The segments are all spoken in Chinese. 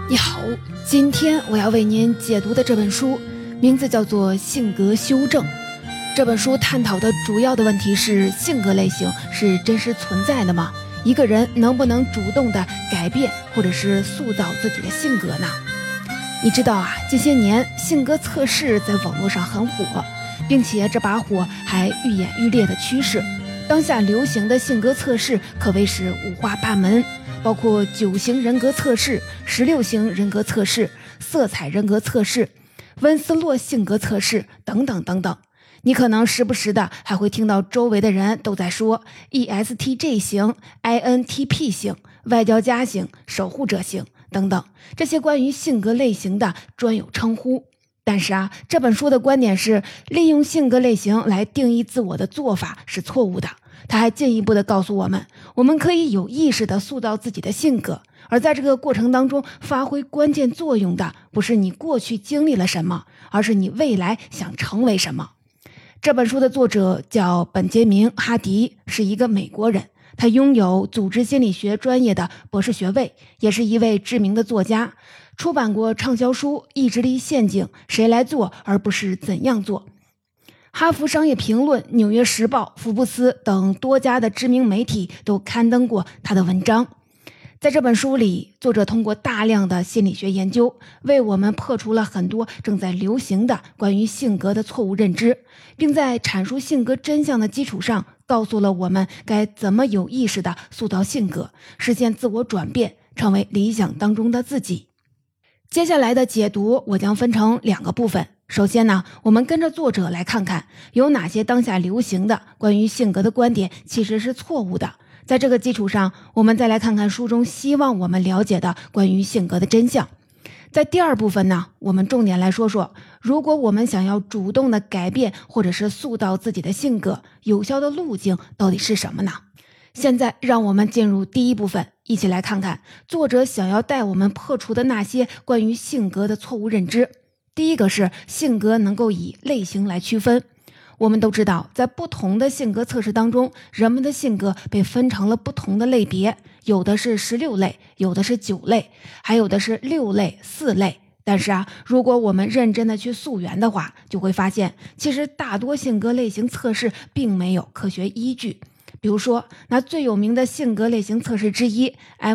你好，今天我要为您解读的这本书名字叫做《性格修正》。这本书探讨的主要的问题是：性格类型是真实存在的吗？一个人能不能主动的改变或者是塑造自己的性格呢？你知道啊，近些年性格测试在网络上很火，并且这把火还愈演愈烈的趋势。当下流行的性格测试可谓是五花八门，包括9型人格测试、16型人格测试、色彩人格测试、温斯洛性格测试等等等等。你可能时不时的还会听到周围的人都在说 ESTJ 型、INTP 型、外交家型、守护者型等等这些关于性格类型的专有称呼。但是这本书的观点是，利用性格类型来定义自我的做法是错误的。他还进一步的告诉我们，我们可以有意识的塑造自己的性格，而在这个过程当中发挥关键作用的不是你过去经历了什么，而是你未来想成为什么。这本书的作者叫本杰明·哈迪，是一个美国人，他拥有组织心理学专业的博士学位，也是一位知名的作家，出版过畅销书《意志力陷阱：谁来做而不是怎样做》。哈佛商业评论、纽约时报、福布斯等多家的知名媒体都刊登过他的文章。在这本书里，作者通过大量的心理学研究，为我们破除了很多正在流行的关于性格的错误认知，并在阐述性格真相的基础上，告诉了我们该怎么有意识地塑造性格，实现自我转变，成为理想当中的自己。接下来的解读我将分成2个部分。首先呢，我们跟着作者来看看有哪些当下流行的关于性格的观点其实是错误的。在这个基础上，我们再来看看书中希望我们了解的关于性格的真相。在第2部分呢，我们重点来说说，如果我们想要主动的改变或者是塑造自己的性格，有效的路径到底是什么呢？现在让我们进入第1部分，一起来看看作者想要带我们破除的那些关于性格的错误认知。第一个是性格能够以类型来区分。我们都知道，在不同的性格测试当中，人们的性格被分成了不同的类别，有的是16类，有的是9类，还有的是6类、4类。但是如果我们认真的去溯源的话，就会发现，其实大多性格类型测试并没有科学依据。比如说，拿最有名的性格类型测试之一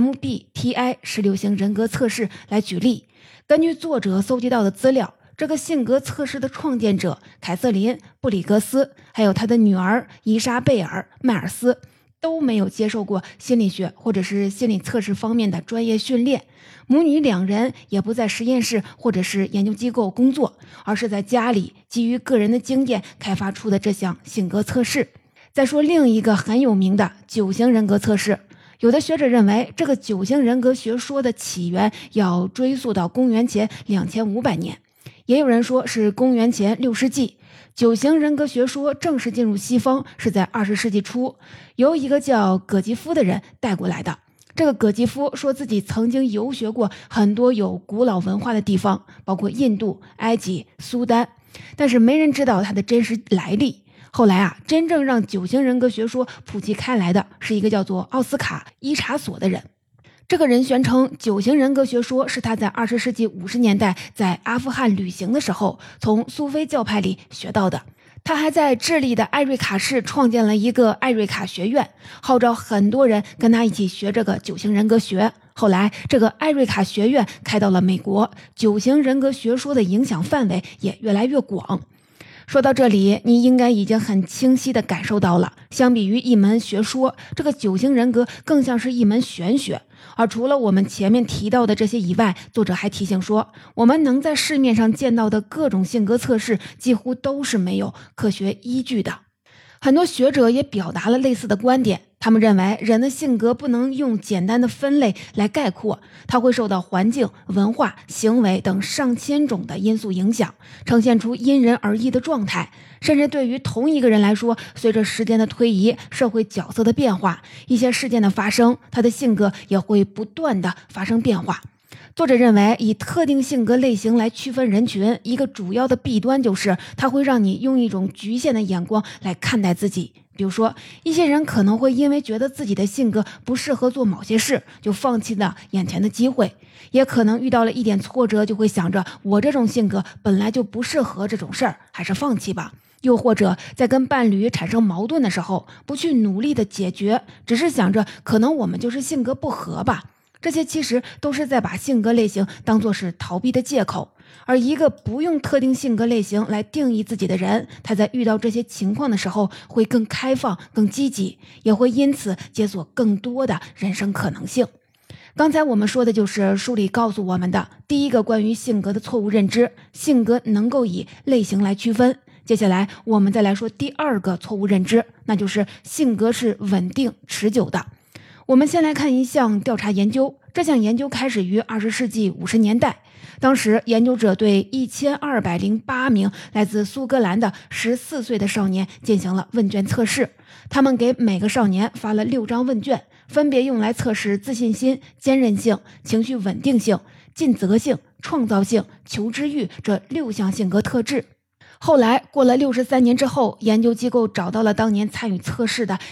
MBTI 16型人格测试来举例。根据作者搜集到的资料，这个性格测试的创建者凯瑟琳·布里格斯，还有他的女儿伊莎贝尔·迈尔斯，都没有接受过心理学或者是心理测试方面的专业训练。母女2人也不在实验室或者是研究机构工作，而是在家里基于个人的经验开发出的这项性格测试。再说另一个很有名的9型人格测试，有的学者认为这个9型人格学说的起源要追溯到公元前2500年，也有人说是公元前6世纪。9型人格学说正式进入西方是在20世纪初，由一个叫葛吉夫的人带过来的。这个葛吉夫说自己曾经游学过很多有古老文化的地方，包括印度、埃及、苏丹，但是没人知道他的真实来历。后来真正让9型人格学说普及开来的是一个叫做奥斯卡·伊查索的人。这个人宣称9型人格学说是他在20世纪50年代在阿富汗旅行的时候从苏菲教派里学到的。他还在智利的艾瑞卡市创建了一个艾瑞卡学院，号召很多人跟他一起学这个9型人格学。后来这个艾瑞卡学院开到了美国，9型人格学说的影响范围也越来越广。说到这里，你应该已经很清晰地感受到了，相比于一门学说，这个9型人格更像是一门玄学。而除了我们前面提到的这些以外，作者还提醒说，我们能在市面上见到的各种性格测试几乎都是没有科学依据的。很多学者也表达了类似的观点，他们认为人的性格不能用简单的分类来概括，它会受到环境、文化、行为等上千种的因素影响，呈现出因人而异的状态。甚至对于同一个人来说，随着时间的推移，社会角色的变化，一些事件的发生，他的性格也会不断的发生变化。 作者认为，以特定性格类型来区分人群，一个主要的弊端就是它会让你用一种局限的眼光来看待自己。比如说，一些人可能会因为觉得自己的性格不适合做某些事，就放弃了眼前的机会；也可能遇到了一点挫折，就会想着我这种性格本来就不适合这种事儿，还是放弃吧。又或者在跟伴侣产生矛盾的时候，不去努力的解决，只是想着可能我们就是性格不合吧。这些其实都是在把性格类型当作是逃避的借口。而一个不用特定性格类型来定义自己的人，他在遇到这些情况的时候会更开放、更积极，也会因此解锁更多的人生可能性。刚才我们说的就是书里告诉我们的第一个关于性格的错误认知，性格能够以类型来区分。接下来我们再来说第二个错误认知，那就是性格是稳定持久的。我们先来看一项调查研究，这项研究开始于20世纪50年代，当时研究者对1208名来自苏格兰的14岁的少年进行了问卷测试，他们给每个少年发了6张问卷，分别用来测试自信心、坚韧性、情绪稳定性、尽责性、创造性、求知欲这6项性格特质。后来过了63年之后，研究机构找到了当年参与测试的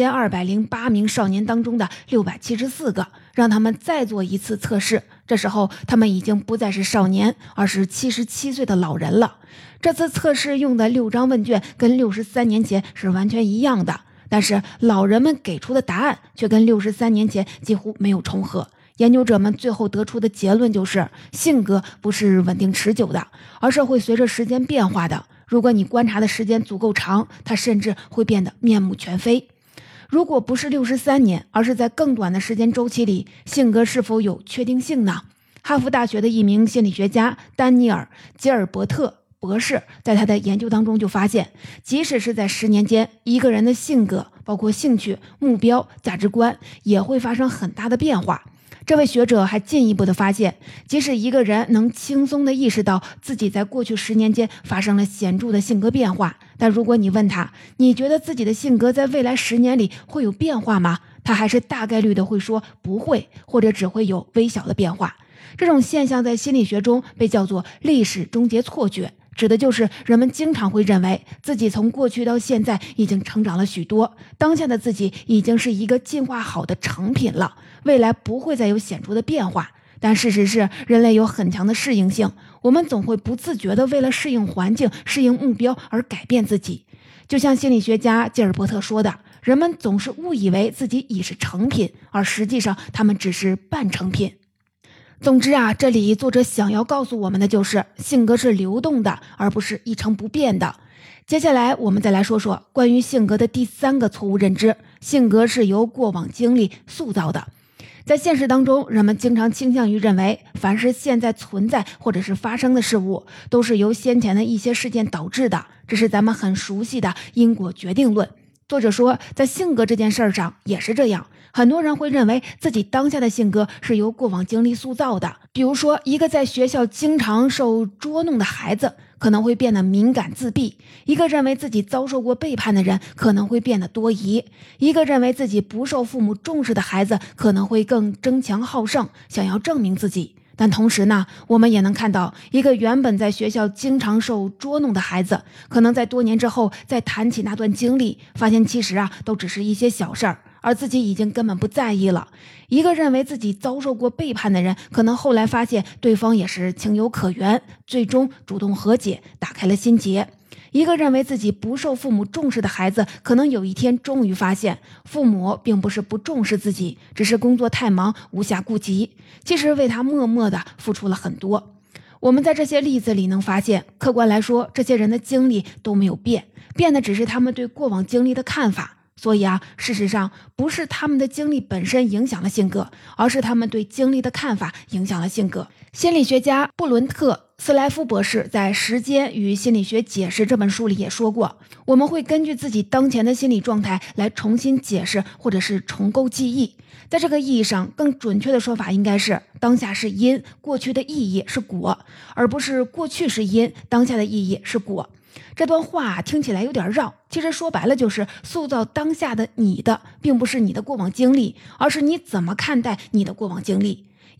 1208名少年当中的674个，让他们再做一次测试。这时候他们已经不再是少年，而是77岁的老人了。这次测试用的6张问卷跟63年前是完全一样的，但是老人们给出的答案却跟63年前几乎没有重合。研究者们最后得出的结论就是，性格不是稳定持久的，而是会随着时间变化的。如果你观察的时间足够长，它甚至会变得面目全非。如果不是63年，而是在更短的时间周期里，性格是否有确定性呢？哈佛大学的一名心理学家丹尼尔·吉尔伯特博士在他的研究当中就发现，即使是在10年间，一个人的性格，包括兴趣、目标、价值观，也会发生很大的变化。这位学者还进一步的发现，即使一个人能轻松地意识到自己在过去10年间发生了显著的性格变化，但如果你问他，你觉得自己的性格在未来10年里会有变化吗？他还是大概率的会说不会，或者只会有微小的变化。这种现象在心理学中被叫做历史终结错觉，指的就是人们经常会认为自己从过去到现在已经成长了许多，当下的自己已经是一个进化好的成品了，未来不会再有显著的变化。但事实是，人类有很强的适应性，我们总会不自觉地为了适应环境、适应目标而改变自己。就像心理学家吉尔伯特说的，人们总是误以为自己已是成品，而实际上他们只是半成品。总之啊，这里作者想要告诉我们的就是，性格是流动的，而不是一成不变的。接下来我们再来说说关于性格的第3个错误认知，性格是由过往经历塑造的。在现实当中，人们经常倾向于认为，凡是现在存在或者是发生的事物，都是由先前的一些事件导致的，这是咱们很熟悉的因果决定论。作者说，在性格这件事上也是这样，很多人会认为自己当下的性格是由过往经历塑造的。比如说，一个在学校经常受捉弄的孩子可能会变得敏感自闭，一个认为自己遭受过背叛的人可能会变得多疑，一个认为自己不受父母重视的孩子可能会更争强好胜，想要证明自己。但同时呢，我们也能看到，一个原本在学校经常受捉弄的孩子，可能在多年之后再谈起那段经历，发现其实都只是一些小事儿，而自己已经根本不在意了。一个认为自己遭受过背叛的人，可能后来发现对方也是情有可原，最终主动和解，打开了心结。一个认为自己不受父母重视的孩子，可能有一天终于发现，父母并不是不重视自己，只是工作太忙，无暇顾及，其实为他默默地付出了很多。我们在这些例子里能发现，客观来说，这些人的经历都没有变，变的只是他们对过往经历的看法。所以事实上不是他们的经历本身影响了性格，而是他们对经历的看法影响了性格。心理学家布伦特·斯莱夫博士在《时间与心理学解释》这本书里也说过，我们会根据自己当前的心理状态来重新解释或者是重构记忆。在这个意义上，更准确的说法应该是，当下是因，过去的意义是果，而不是过去是因，当下的意义是果。这段话听起来有点绕，其实说白了就是塑造当下的你的，并不是你的过往经历，而是你怎么看待你的过往经历。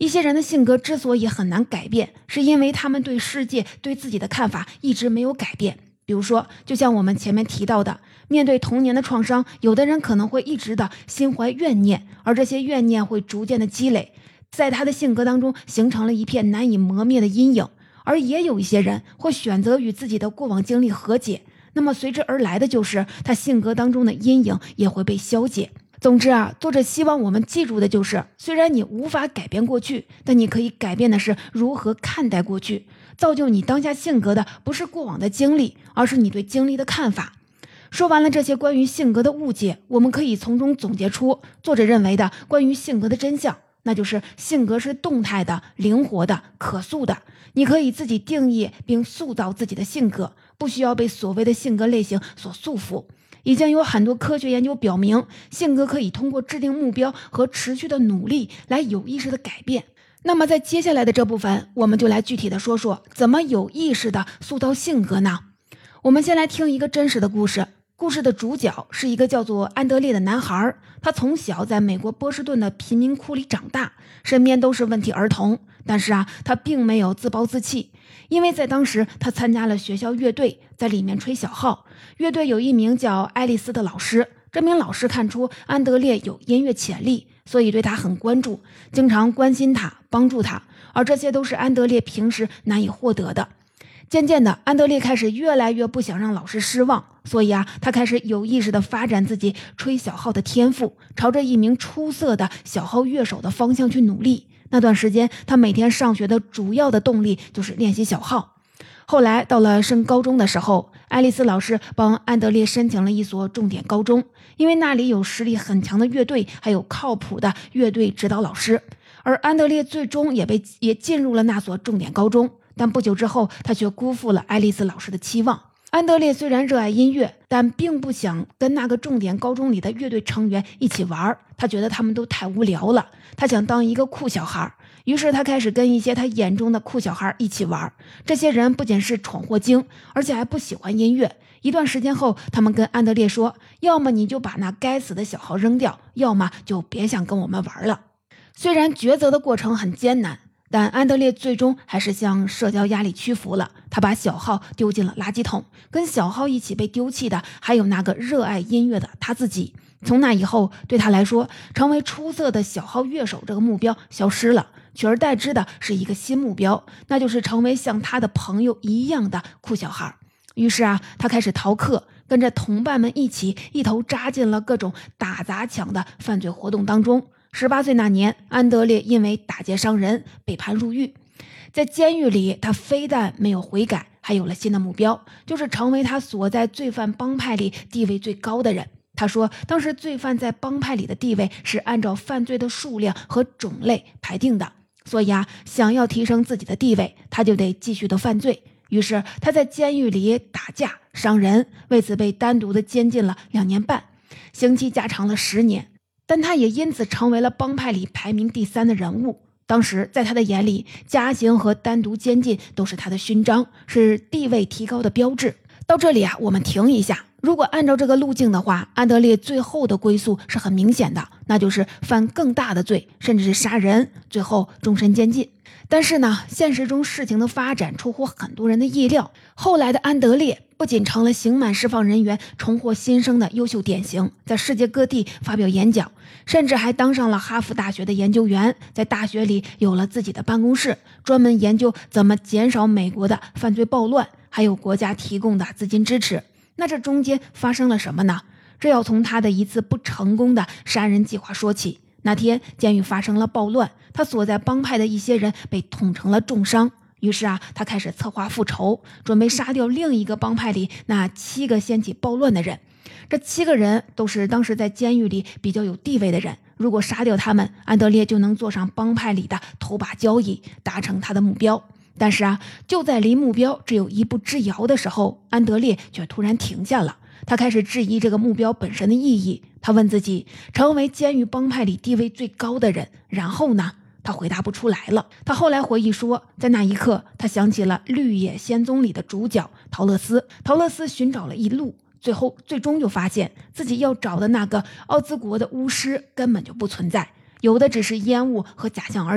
一些人的性格之所以很难改变，是因为他们对世界、对自己的看法一直没有改变。比如说，就像我们前面提到的，面对童年的创伤，有的人可能会一直的心怀怨念，而这些怨念会逐渐的积累，在他的性格当中形成了一片难以磨灭的阴影。而也有一些人会选择与自己的过往经历和解，那么随之而来的就是他性格当中的阴影也会被消解。总之啊，作者希望我们记住的就是，虽然你无法改变过去，但你可以改变的是如何看待过去。造就你当下性格的不是过往的经历，而是你对经历的看法。说完了这些关于性格的误解，我们可以从中总结出作者认为的关于性格的真相，那就是性格是动态的、灵活的、可塑的。你可以自己定义并塑造自己的性格，不需要被所谓的性格类型所束缚。已经有很多科学研究表明，性格可以通过制定目标和持续的努力来有意识的改变。那么在接下来的这部分，我们就来具体的说说怎么有意识的塑造性格呢？我们先来听一个真实的故事。故事的主角是一个叫做安德烈的男孩，他从小在美国波士顿的贫民窟里长大，身边都是问题儿童。但是他并没有自暴自弃，因为在当时他参加了学校乐队，在里面吹小号。乐队有一名叫爱丽丝的老师，这名老师看出安德烈有音乐潜力，所以对他很关注，经常关心他，帮助他，而这些都是安德烈平时难以获得的。渐渐的，安德烈开始越来越不想让老师失望，所以他开始有意识地发展自己吹小号的天赋，朝着一名出色的小号乐手的方向去努力。那段时间，他每天上学的主要的动力就是练习小号。后来到了升高中的时候，爱丽丝老师帮安德烈申请了一所重点高中，因为那里有实力很强的乐队，还有靠谱的乐队指导老师。而安德烈最终也进入了那所重点高中，但不久之后，他却辜负了爱丽丝老师的期望。安德烈虽然热爱音乐，但并不想跟那个重点高中里的乐队成员一起玩，他觉得他们都太无聊了，他想当一个酷小孩。于是他开始跟一些他眼中的酷小孩一起玩，这些人不仅是闯祸精，而且还不喜欢音乐。一段时间后，他们跟安德烈说，要么你就把那该死的小号扔掉，要么就别想跟我们玩了。虽然抉择的过程很艰难，但安德烈最终还是向社交压力屈服了，他把小号丢进了垃圾桶，跟小号一起被丢弃的还有那个热爱音乐的他自己。从那以后，对他来说，成为出色的小号乐手这个目标消失了，取而代之的是一个新目标，那就是成为像他的朋友一样的酷小孩。于是他开始逃课，跟着同伴们一头扎进了各种打砸抢的犯罪活动当中。18岁那年，安德烈因为打劫伤人被判入狱。在监狱里，他非但没有悔改，还有了新的目标，就是成为他所在罪犯帮派里地位最高的人。他说，当时罪犯在帮派里的地位是按照犯罪的数量和种类排定的，所以想要提升自己的地位，他就得继续的犯罪。于是他在监狱里打架伤人，为此被单独的监禁了2年半，刑期加长了10年。但他也因此成为了帮派里排名第3的人物。当时在他的眼里，加刑和单独监禁都是他的勋章，是地位提高的标志。到这里我们停一下。如果按照这个路径的话，安德烈最后的归宿是很明显的，那就是犯更大的罪，甚至是杀人，最后终身监禁。但是呢，现实中事情的发展出乎很多人的意料。后来的安德烈不仅成了刑满释放人员重获新生的优秀典型，在世界各地发表演讲，甚至还当上了哈佛大学的研究员，在大学里有了自己的办公室，专门研究怎么减少美国的犯罪暴乱，还有国家提供的资金支持。那这中间发生了什么呢？这要从他的一次不成功的杀人计划说起。那天监狱发生了暴乱，他所在帮派的一些人被捅成了重伤。于是他开始策划复仇，准备杀掉另一个帮派里那7个掀起暴乱的人。这7个人都是当时在监狱里比较有地位的人，如果杀掉他们，安德烈就能坐上帮派里的头把交椅，达成他的目标。但是就在离目标只有一步之遥的时候，安德烈却突然停下了。他开始质疑这个目标本身的意义。他问自己，成为监狱帮派里地位最高的人，然后呢？他回答不出来了。他后来回忆说，在那一刻，他想起了《绿野仙踪》里的主角陶乐斯。陶乐斯寻找了一路，最终就发现自己要找的那个奥兹国的巫师根本就不存在，有的只是烟雾和假象而已。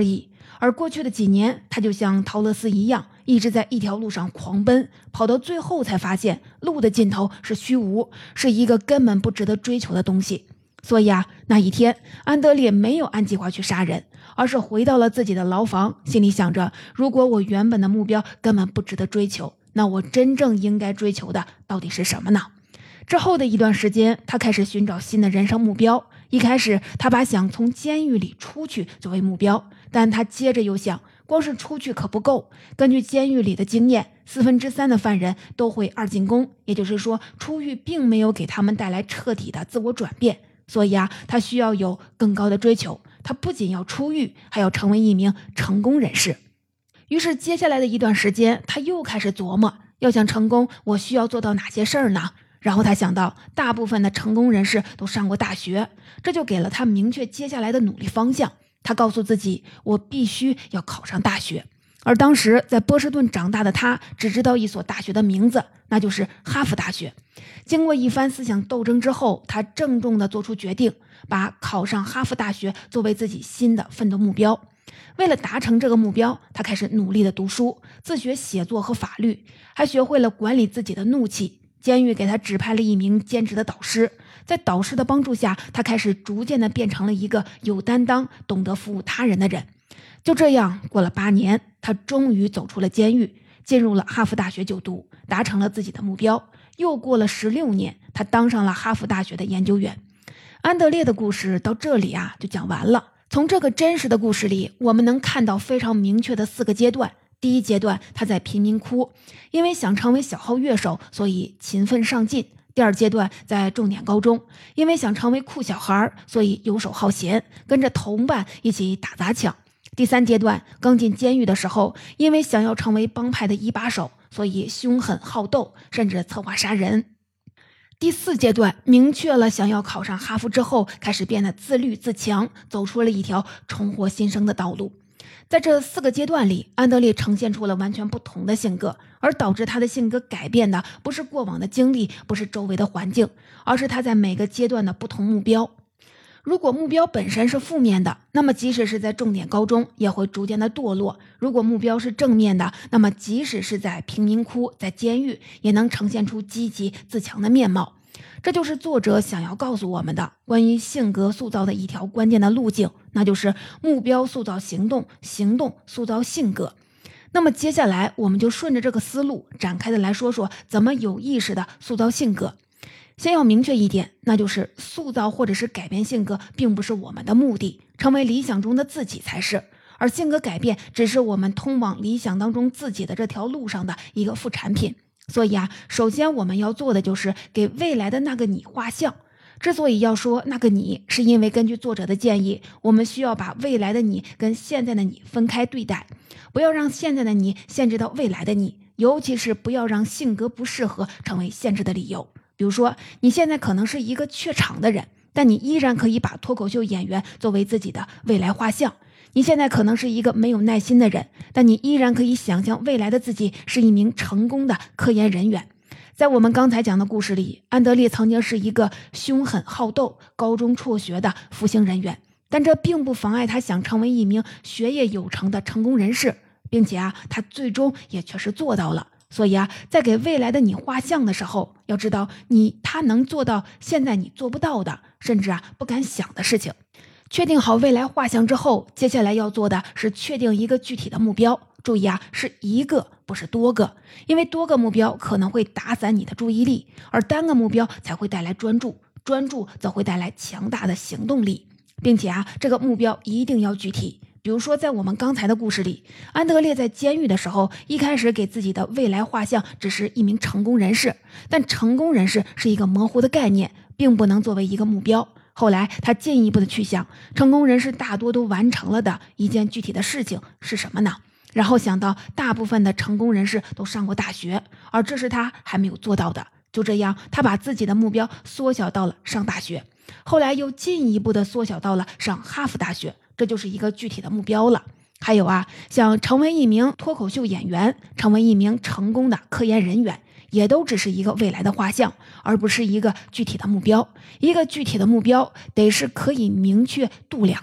而过去的几年，他就像陶乐斯一样，一直在一条路上狂奔，跑到最后才发现路的尽头是虚无，是一个根本不值得追求的东西。所以那一天安德烈没有按计划去杀人，而是回到了自己的牢房，心里想着，如果我原本的目标根本不值得追求，那我真正应该追求的到底是什么呢？之后的一段时间，他开始寻找新的人生目标。一开始他把想从监狱里出去作为目标，但他接着又想，光是出去可不够。根据监狱里的经验，3/4的犯人都会二进宫，也就是说出狱并没有给他们带来彻底的自我转变。所以他需要有更高的追求，他不仅要出狱，还要成为一名成功人士。于是接下来的一段时间，他又开始琢磨，要想成功，我需要做到哪些事儿呢？然后他想到，大部分的成功人士都上过大学，这就给了他明确接下来的努力方向。他告诉自己，我必须要考上大学。而当时在波士顿长大的他，只知道一所大学的名字，那就是哈佛大学。经过一番思想斗争之后，他郑重地做出决定，把考上哈佛大学作为自己新的奋斗目标。为了达成这个目标，他开始努力地读书，自学写作和法律，还学会了管理自己的怒气。监狱给他指派了一名兼职的导师，在导师的帮助下，他开始逐渐地变成了一个有担当、懂得服务他人的人。就这样过了8年，他终于走出了监狱，进入了哈佛大学就读，达成了自己的目标。又过了16年，他当上了哈佛大学的研究员。安德烈的故事到这里就讲完了。从这个真实的故事里，我们能看到非常明确的4个阶段。第一阶段，他在贫民窟，因为想成为小号乐手，所以勤奋上进。第二阶段在重点高中，因为想成为酷小孩，所以游手好闲，跟着同伴一起打砸抢。第三阶段刚进监狱的时候，因为想要成为帮派的一把手，所以凶狠好斗，甚至策划杀人。第4阶段明确了想要考上哈佛之后，开始变得自律自强，走出了一条重获新生的道路。在这4个阶段里，安德烈呈现出了完全不同的性格，而导致他的性格改变的不是过往的经历，不是周围的环境，而是他在每个阶段的不同目标。如果目标本身是负面的，那么即使是在重点高中也会逐渐的堕落；如果目标是正面的，那么即使是在贫民窟、在监狱，也能呈现出积极自强的面貌。这就是作者想要告诉我们的关于性格塑造的一条关键的路径，那就是目标塑造行动，行动塑造性格。那么接下来我们就顺着这个思路展开的来说说怎么有意识的塑造性格。先要明确一点，那就是塑造或者是改变性格并不是我们的目的，成为理想中的自己才是，而性格改变只是我们通往理想当中自己的这条路上的一个副产品。所以首先我们要做的就是给未来的那个你画像。之所以要说那个你，是因为根据作者的建议，我们需要把未来的你跟现在的你分开对待，不要让现在的你限制到未来的你，尤其是不要让性格不适合成为限制的理由。比如说，你现在可能是一个怯场的人，但你依然可以把脱口秀演员作为自己的未来画像。你现在可能是一个没有耐心的人，但你依然可以想象未来的自己是一名成功的科研人员。在我们刚才讲的故事里，安德烈曾经是一个凶狠好斗、高中辍学的服刑人员，但这并不妨碍他想成为一名学业有成的成功人士，并且他最终也确实做到了。所以在给未来的你画像的时候，要知道他能做到现在你做不到的，甚至不敢想的事情。确定好未来画像之后，接下来要做的是确定一个具体的目标。注意是一个，不是多个，因为多个目标可能会打散你的注意力，而单个目标才会带来专注，专注则会带来强大的行动力，并且这个目标一定要具体。比如说在我们刚才的故事里，安德烈在监狱的时候，一开始给自己的未来画像只是一名成功人士，但成功人士是一个模糊的概念，并不能作为一个目标。后来他进一步的去想，成功人士大多都完成了的一件具体的事情是什么呢？然后想到大部分的成功人士都上过大学，而这是他还没有做到的。就这样，他把自己的目标缩小到了上大学，后来又进一步的缩小到了上哈佛大学，这就是一个具体的目标了。还有想成为一名脱口秀演员，成为一名成功的科研人员，也都只是一个未来的画像，而不是一个具体的目标。一个具体的目标得是可以明确度量的，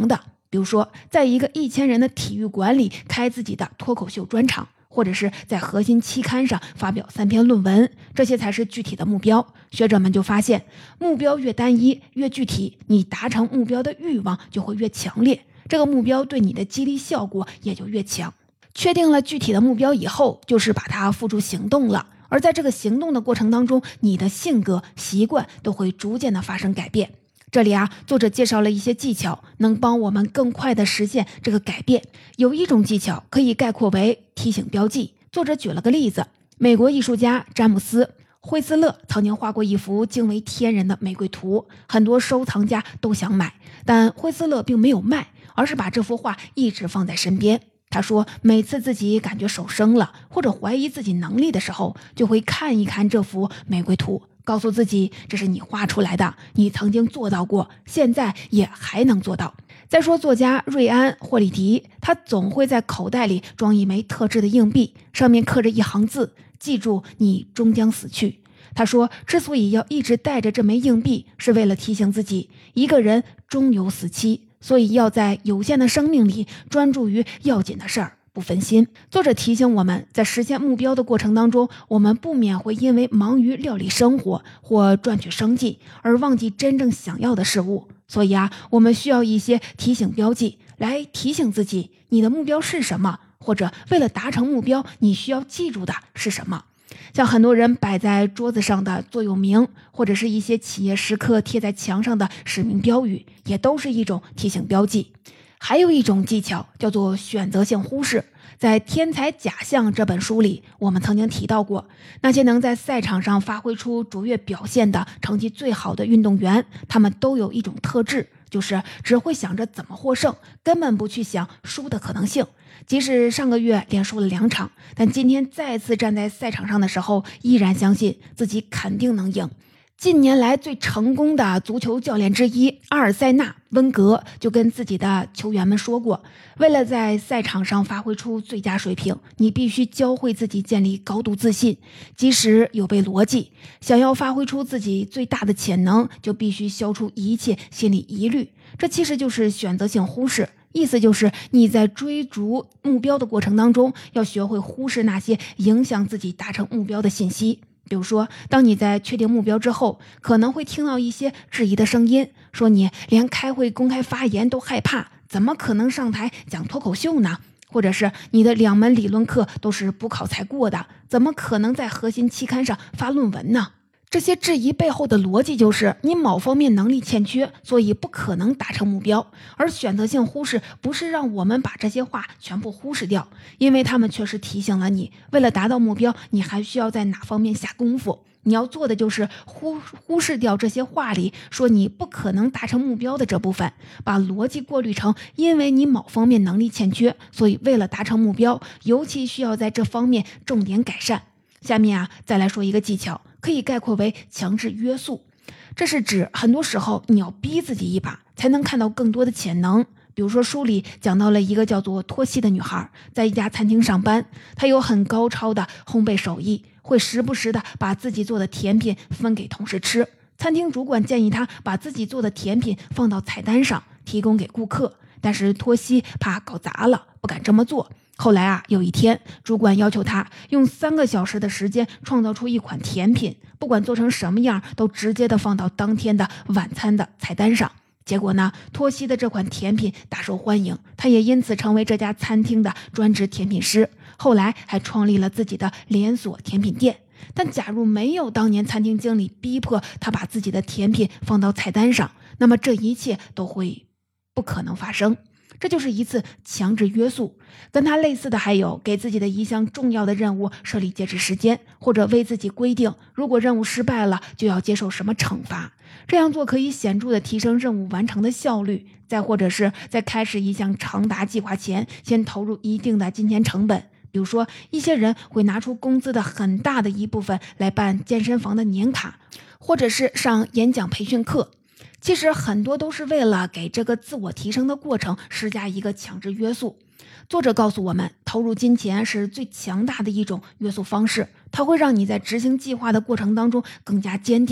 比如说，在一个1000人的体育馆里开自己的脱口秀专场，或者是在核心期刊上发表3篇论文，这些才是具体的目标。学者们就发现，目标越单一、越具体，你达成目标的欲望就会越强烈，这个目标对你的激励效果也就越强。确定了具体的目标以后，就是把它付诸行动了。而在这个行动的过程当中，你的性格、习惯都会逐渐的发生改变。这里作者介绍了一些技巧，能帮我们更快地实现这个改变。有一种技巧可以概括为提醒标记。作者举了个例子，美国艺术家詹姆斯·惠斯勒曾经画过一幅惊为天人的玫瑰图，很多收藏家都想买，但惠斯勒并没有卖，而是把这幅画一直放在身边。他说，每次自己感觉手生了，或者怀疑自己能力的时候，就会看一看这幅玫瑰图，告诉自己这是你画出来的，你曾经做到过，现在也还能做到。再说作家瑞安·霍利迪，他总会在口袋里装一枚特制的硬币，上面刻着一行字，记住你终将死去。他说，之所以要一直带着这枚硬币，是为了提醒自己，一个人终有死期，所以要在有限的生命里专注于要紧的事儿，不分心。作者提醒我们，在实现目标的过程当中，我们不免会因为忙于料理生活或赚取生计而忘记真正想要的事物。所以我们需要一些提醒标记来提醒自己，你的目标是什么，或者为了达成目标，你需要记住的是什么。像很多人摆在桌子上的座右铭，或者是一些企业时刻贴在墙上的使命标语，也都是一种提醒标记。还有一种技巧叫做选择性忽视。在《天才假象》这本书里，我们曾经提到过，那些能在赛场上发挥出卓越表现的成绩最好的运动员，他们都有一种特质，就是只会想着怎么获胜，根本不去想输的可能性。即使上个月连输了2场，但今天再次站在赛场上的时候，依然相信自己肯定能赢。近年来最成功的足球教练之一阿尔塞纳·温格就跟自己的球员们说过，为了在赛场上发挥出最佳水平，你必须教会自己建立高度自信，即使有悖逻辑。想要发挥出自己最大的潜能，就必须消除一切心理疑虑。这其实就是选择性忽视，意思就是你在追逐目标的过程当中，要学会忽视那些影响自己达成目标的信息。比如说，当你在确定目标之后，可能会听到一些质疑的声音，说你连开会公开发言都害怕，怎么可能上台讲脱口秀呢？或者是你的2门理论课都是补考才过的，怎么可能在核心期刊上发论文呢？这些质疑背后的逻辑就是你某方面能力欠缺，所以不可能达成目标。而选择性忽视不是让我们把这些话全部忽视掉，因为他们确实提醒了你，为了达到目标，你还需要在哪方面下功夫。你要做的就是忽视掉这些话里说你不可能达成目标的这部分，把逻辑过滤成因为你某方面能力欠缺，所以为了达成目标，尤其需要在这方面重点改善。下面再来说一个技巧，可以概括为强制约束。这是指很多时候你要逼自己一把，才能看到更多的潜能。比如说书里讲到了一个叫做托西的女孩，在一家餐厅上班，她有很高超的烘焙手艺，会时不时的把自己做的甜品分给同事吃。餐厅主管建议她把自己做的甜品放到菜单上，提供给顾客，但是托西怕搞砸了，不敢这么做。后来有一天，主管要求他用3个小时的时间创造出一款甜品，不管做成什么样，都直接的放到当天的晚餐的菜单上。结果呢，托西的这款甜品大受欢迎，他也因此成为这家餐厅的专职甜品师，后来还创立了自己的连锁甜品店。但假如没有当年餐厅经理逼迫他把自己的甜品放到菜单上，那么这一切都会不可能发生。这就是一次强制约束。跟它类似的还有给自己的一项重要的任务设立截止时间，或者为自己规定如果任务失败了就要接受什么惩罚。这样做可以显著地提升任务完成的效率。再或者是在开始一项长达计划前，先投入一定的金钱成本。比如说，一些人会拿出工资的很大的一部分来办健身房的年卡，或者是上演讲培训课。其实很多都是为了给这个自我提升的过程施加一个强制约束。作者告诉我们，投入金钱是最强大的一种约束方式，它会让你在执行计划的过程当中更加坚定。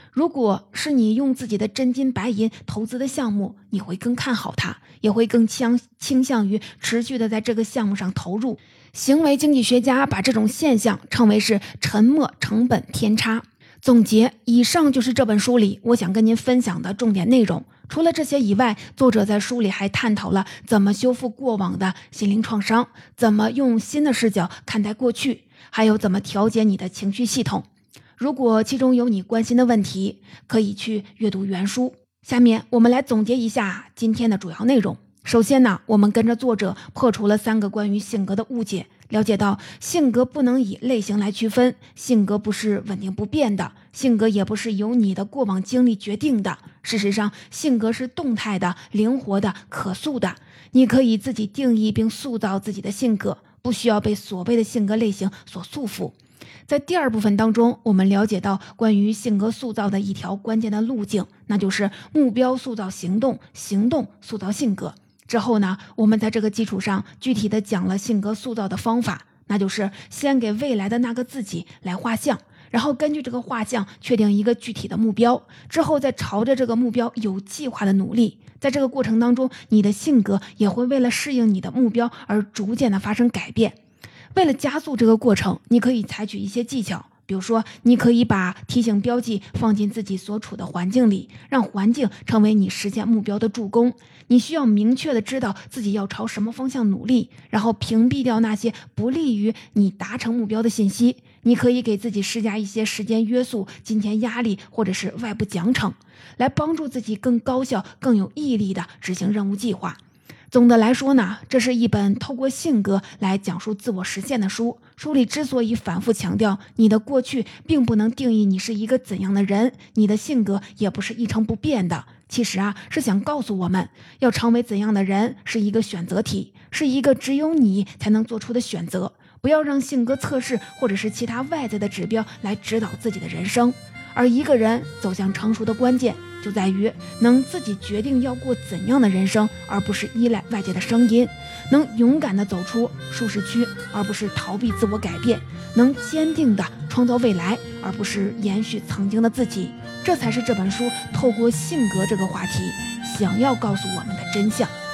如果是你用自己的真金白银投资的项目，你会更看好它，也会更倾向于持续的在这个项目上投入。行为经济学家把这种现象称为是沉没成本偏差。总结，以上就是这本书里我想跟您分享的重点内容。除了这些以外，作者在书里还探讨了怎么修复过往的心灵创伤，怎么用新的视角看待过去，还有怎么调节你的情绪系统。如果其中有你关心的问题，可以去阅读原书。下面我们来总结一下今天的主要内容。首先呢，我们跟着作者破除了3个关于性格的误解，了解到性格不能以类型来区分，性格不是稳定不变的，性格也不是由你的过往经历决定的。事实上，性格是动态的、灵活的、可塑的，你可以自己定义并塑造自己的性格，不需要被所谓的性格类型所束缚。在第2部分当中，我们了解到关于性格塑造的一条关键的路径，那就是目标塑造行动，行动塑造性格。之后呢，我们在这个基础上具体的讲了性格塑造的方法，那就是先给未来的那个自己来画像，然后根据这个画像确定一个具体的目标，之后再朝着这个目标有计划的努力。在这个过程当中，你的性格也会为了适应你的目标而逐渐的发生改变。为了加速这个过程，你可以采取一些技巧，比如说你可以把提醒标记放进自己所处的环境里，让环境成为你实现目标的助攻。你需要明确的知道自己要朝什么方向努力，然后屏蔽掉那些不利于你达成目标的信息。你可以给自己施加一些时间约束、金钱压力或者是外部奖惩，来帮助自己更高效、更有毅力的执行任务计划。总的来说呢，这是一本透过性格来讲述自我实现的书。书里之所以反复强调你的过去并不能定义你是一个怎样的人，你的性格也不是一成不变的，其实是想告诉我们，要成为怎样的人是一个选择题，是一个只有你才能做出的选择。不要让性格测试或者是其他外在的指标来指导自己的人生。而一个人走向成熟的关键就在于能自己决定要过怎样的人生，而不是依赖外界的声音，能勇敢地走出舒适区，而不是逃避自我改变，能坚定地创造未来，而不是延续曾经的自己。这才是这本书透过性格这个话题想要告诉我们的真相。